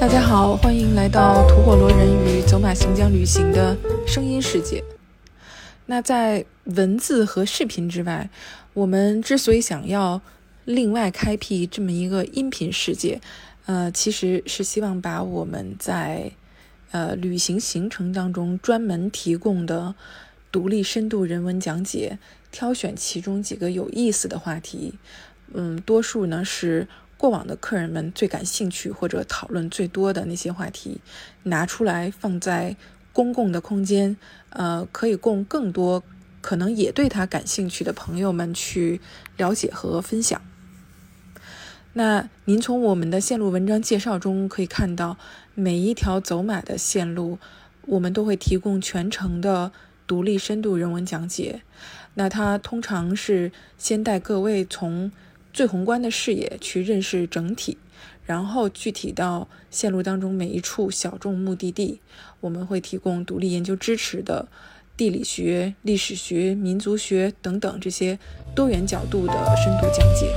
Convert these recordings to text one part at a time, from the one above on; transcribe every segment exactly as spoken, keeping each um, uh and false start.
大家好，欢迎来到吐火罗人与走马行将旅行的声音世界。那在文字和视频之外，我们之所以想要另外开辟这么一个音频世界，呃，其实是希望把我们在呃旅行行程当中专门提供的独立深度人文讲解，挑选其中几个有意思的话题，嗯，多数呢是过往的客人们最感兴趣或者讨论最多的那些话题，拿出来放在公共的空间，呃，可以供更多可能也对他感兴趣的朋友们去了解和分享。那您从我们的线路文章介绍中可以看到，每一条走马的线路，我们都会提供全程的独立深度人文讲解。那它通常是先带各位从最宏观的视野去认识整体，然后具体到线路当中每一处小众目的地，我们会提供独立研究支持的地理学、历史学、民族学等等这些多元角度的深度讲解。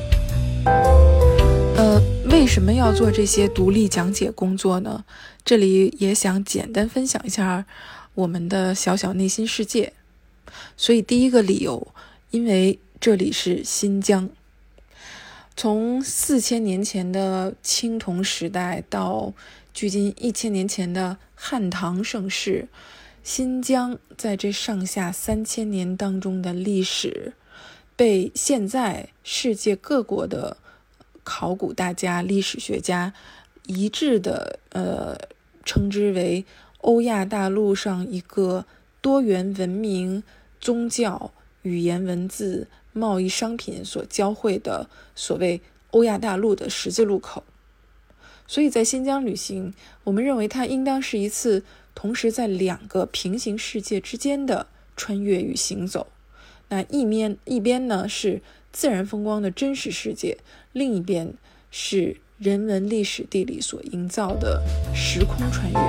呃，为什么要做这些独立讲解工作呢？这里也想简单分享一下我们的小小内心世界。所以第一个理由，因为这里是新疆。从四千年前的青铜时代到距今一千年前的汉唐盛世，新疆在这上下三千年当中的历史，被现在世界各国的考古大家、历史学家一致的呃称之为欧亚大陆上一个多元文明、宗教、语言、文字、贸易、商品所交汇的所谓欧亚大陆的十字路口。所以在新疆旅行，我们认为它应当是一次同时在两个平行世界之间的穿越与行走。那一面一边呢是自然风光的真实世界，另一边是人文历史地理所营造的时空穿越。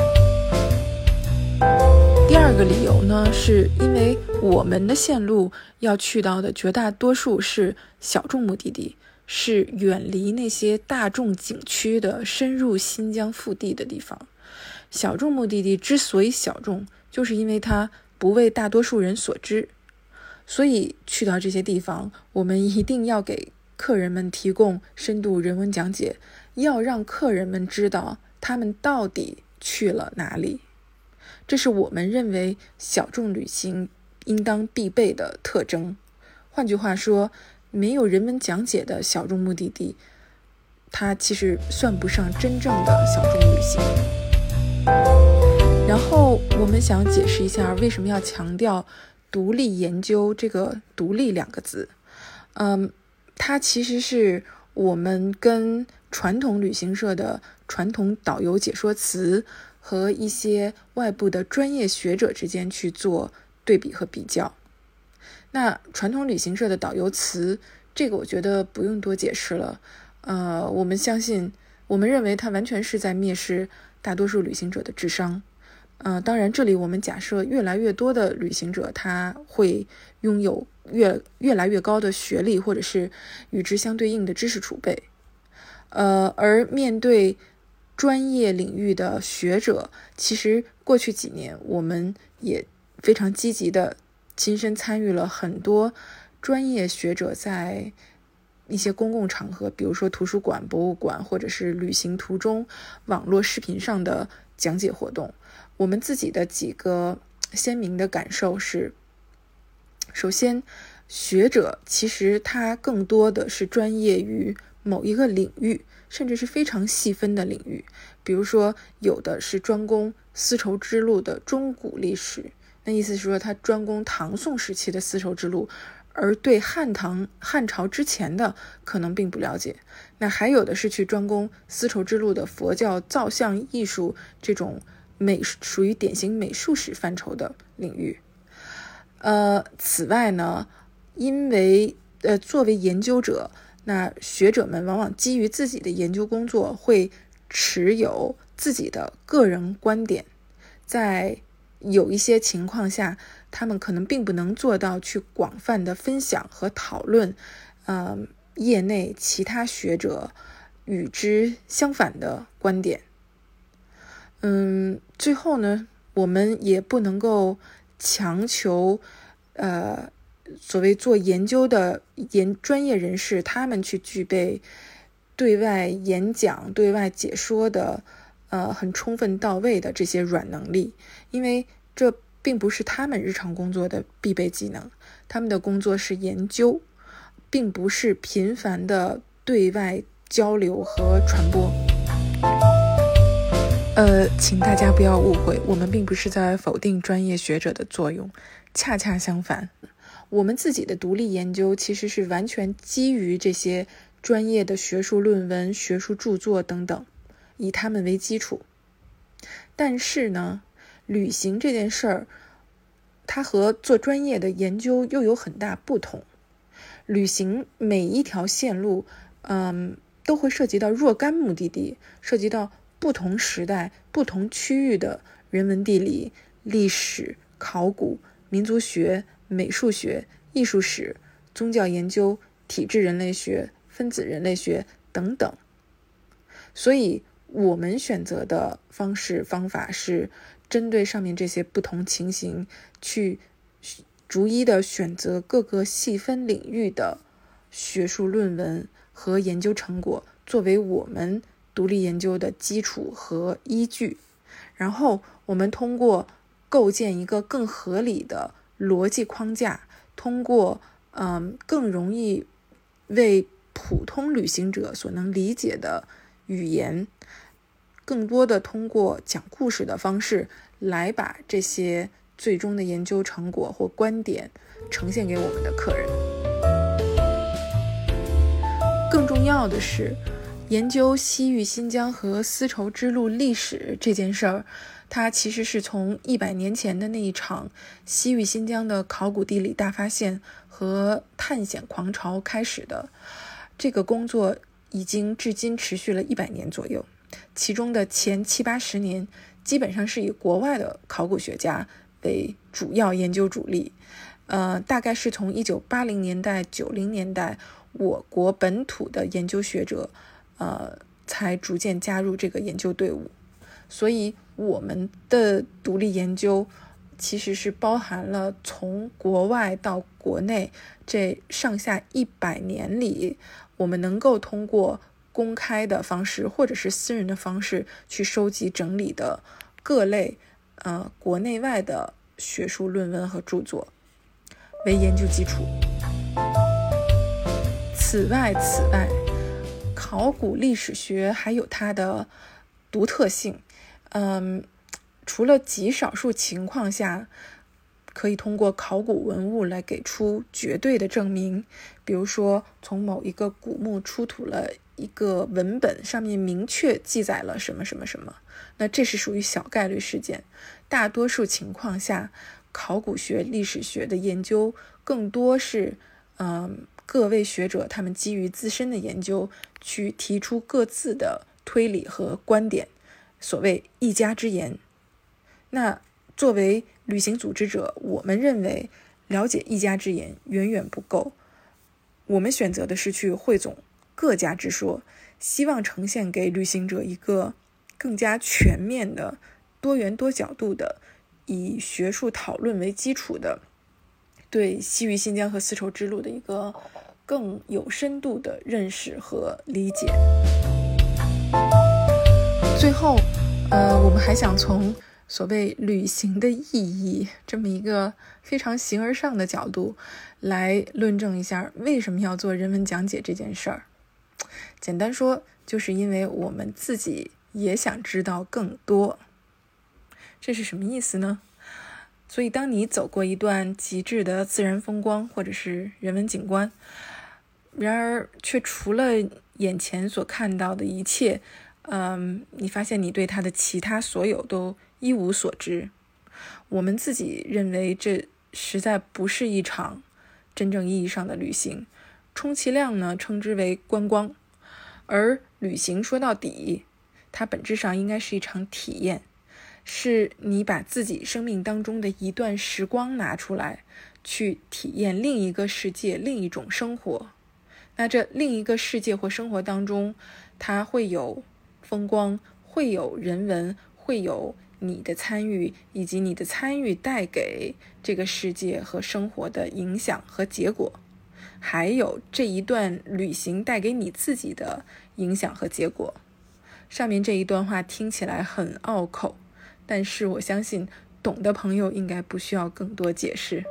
第二个理由呢，是因为我们的线路要去到的绝大多数是小众目的地，是远离那些大众景区的深入新疆腹地的地方。小众目的地之所以小众，就是因为它不为大多数人所知。所以去到这些地方，我们一定要给客人们提供深度人文讲解，要让客人们知道他们到底去了哪里。这是我们认为小众旅行应当必备的特征。换句话说，没有人文讲解的小众目的地，它其实算不上真正的小众旅行。然后我们想解释一下为什么要强调独立研究这个独立两个字。嗯，它其实是我们跟传统旅行社的传统导游解说词和一些外部的专业学者之间去做对比和比较。那传统旅行社的导游词，这个我觉得不用多解释了。呃，我们相信，我们认为它完全是在蔑视大多数旅行者的智商。呃，当然，这里我们假设越来越多的旅行者他会拥有越越来越高的学历，或者是与之相对应的知识储备。呃，而面对专业领域的学者，其实过去几年我们也非常积极的亲身参与了很多专业学者在一些公共场合，比如说图书馆、博物馆，或者是旅行途中网络视频上的讲解活动。我们自己的几个鲜明的感受是，首先，学者其实他更多的是专业于某一个领域，甚至是非常细分的领域。比如说，有的是专攻丝绸之路的中古历史，那意思是说他专攻唐宋时期的丝绸之路，而对汉唐汉朝之前的可能并不了解。那还有的是去专攻丝绸之路的佛教造像艺术这种美属于典型美术史范畴的领域。呃，此外呢，因为呃作为研究者，那学者们往往基于自己的研究工作会持有自己的个人观点，在有一些情况下，他们可能并不能做到去广泛的分享和讨论，呃，业内其他学者与之相反的观点。嗯，最后呢，我们也不能够强求呃所谓做研究的研专业人士他们去具备对外演讲、对外解说的呃很充分到位的这些软能力，因为这并不是他们日常工作的必备技能，他们的工作是研究，并不是频繁的对外交流和传播。呃，请大家不要误会，我们并不是在否定专业学者的作用，恰恰相反，我们自己的独立研究其实是完全基于这些专业的学术论文、学术著作等等，以他们为基础。但是呢，旅行这件事儿，它和做专业的研究又有很大不同。旅行每一条线路，嗯，都会涉及到若干目的地，涉及到不同时代、不同区域的人文地理、历史、考古、民族学、美术学、艺术史、宗教研究、体质人类学、分子人类学等等。所以我们选择的方式方法是针对上面这些不同情形，去逐一的选择各个细分领域的学术论文和研究成果，作为我们独立研究的基础和依据。然后我们通过构建一个更合理的逻辑框架，通过嗯更容易为普通旅行者所能理解的语言，更多的通过讲故事的方式来把这些最终的研究成果或观点呈现给我们的客人。更重要的是，研究西域新疆和丝绸之路历史这件事儿，它其实是从一百年前的那一场西域新疆的考古地理大发现和探险狂潮开始的。这个工作已经至今持续了一百年左右，其中的前七八十年基本上是以国外的考古学家为主要研究主力。呃，大概是从一九八零年代、九零年代，我国本土的研究学者呃，才逐渐加入这个研究队伍。所以我们的独立研究其实是包含了从国外到国内这上下一百年里，我们能够通过公开的方式或者是私人的方式去收集整理的各类呃国内外的学术论文和著作为研究基础。此外，此外，考古历史学还有它的独特性。嗯，除了极少数情况下可以通过考古文物来给出绝对的证明，比如说从某一个古墓出土了一个文本，上面明确记载了什么什么什么，那这是属于小概率事件。大多数情况下，考古学、历史学的研究更多是嗯，各位学者他们基于自身的研究去提出各自的推理和观点，所谓一家之言。那作为旅行组织者，我们认为了解一家之言远远不够，我们选择的是去汇总各家之说，希望呈现给旅行者一个更加全面的、多元多角度的，以学术讨论为基础的对西域新疆和丝绸之路的一个更有深度的认识和理解。最后呃，我们还想从所谓旅行的意义这么一个非常形而上的角度来论证一下为什么要做人文讲解这件事儿。简单说，就是因为我们自己也想知道更多。这是什么意思呢？所以当你走过一段极致的自然风光或者是人文景观，然而却除了眼前所看到的一切，嗯，你发现你对它的其他所有都一无所知。我们自己认为这实在不是一场真正意义上的旅行，充其量呢称之为观光。而旅行说到底，它本质上应该是一场体验，是你把自己生命当中的一段时光拿出来，去体验另一个世界、另一种生活。那这另一个世界或生活当中， 它会有风光，会有人文，会有你的参与，以及你的参与带给这个世界和生活的影响和结果，还有这一段旅行带给你自己的影响和结果。上面这一段话听起来很拗口，但是我相信懂的朋友应该不需要更多解释。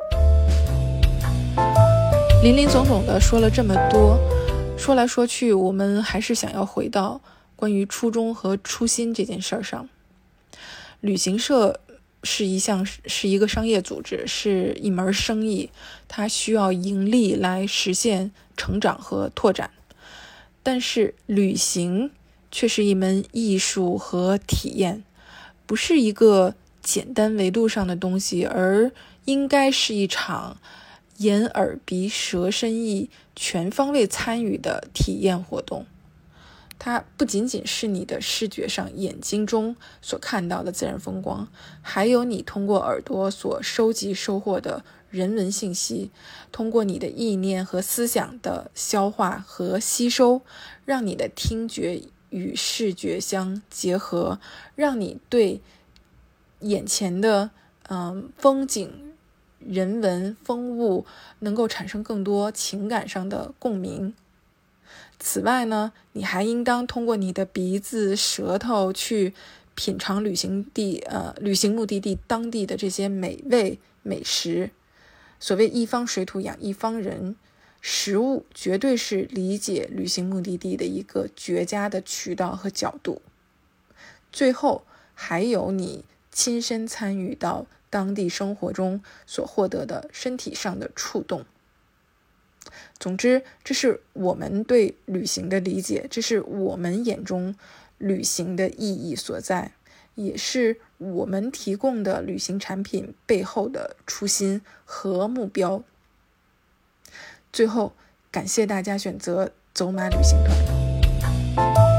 林林总总的说了这么多，说来说去，我们还是想要回到关于初衷和初心这件事上。旅行社是一项是一个商业组织，是一门生意，它需要盈利来实现成长和拓展。但是旅行却是一门艺术和体验，不是一个简单维度上的东西，而应该是一场眼耳鼻舌身意全方位参与的体验活动。它不仅仅是你的视觉上眼睛中所看到的自然风光，还有你通过耳朵所收集收获的人文信息，通过你的意念和思想的消化和吸收，让你的听觉与视觉相结合，让你对眼前的嗯风景、人文、风物能够产生更多情感上的共鸣。此外呢，你还应当通过你的鼻子、舌头去品尝旅行地呃旅行目的地当地的这些美味美食。所谓一方水土养一方人，食物绝对是理解旅行目的地的一个绝佳的渠道和角度。最后还有你亲身参与到当地生活中所获得的身体上的触动。总之，这是我们对旅行的理解，这是我们眼中旅行的意义所在，也是我们提供的旅行产品背后的初心和目标。最后，感谢大家选择走马旅行团。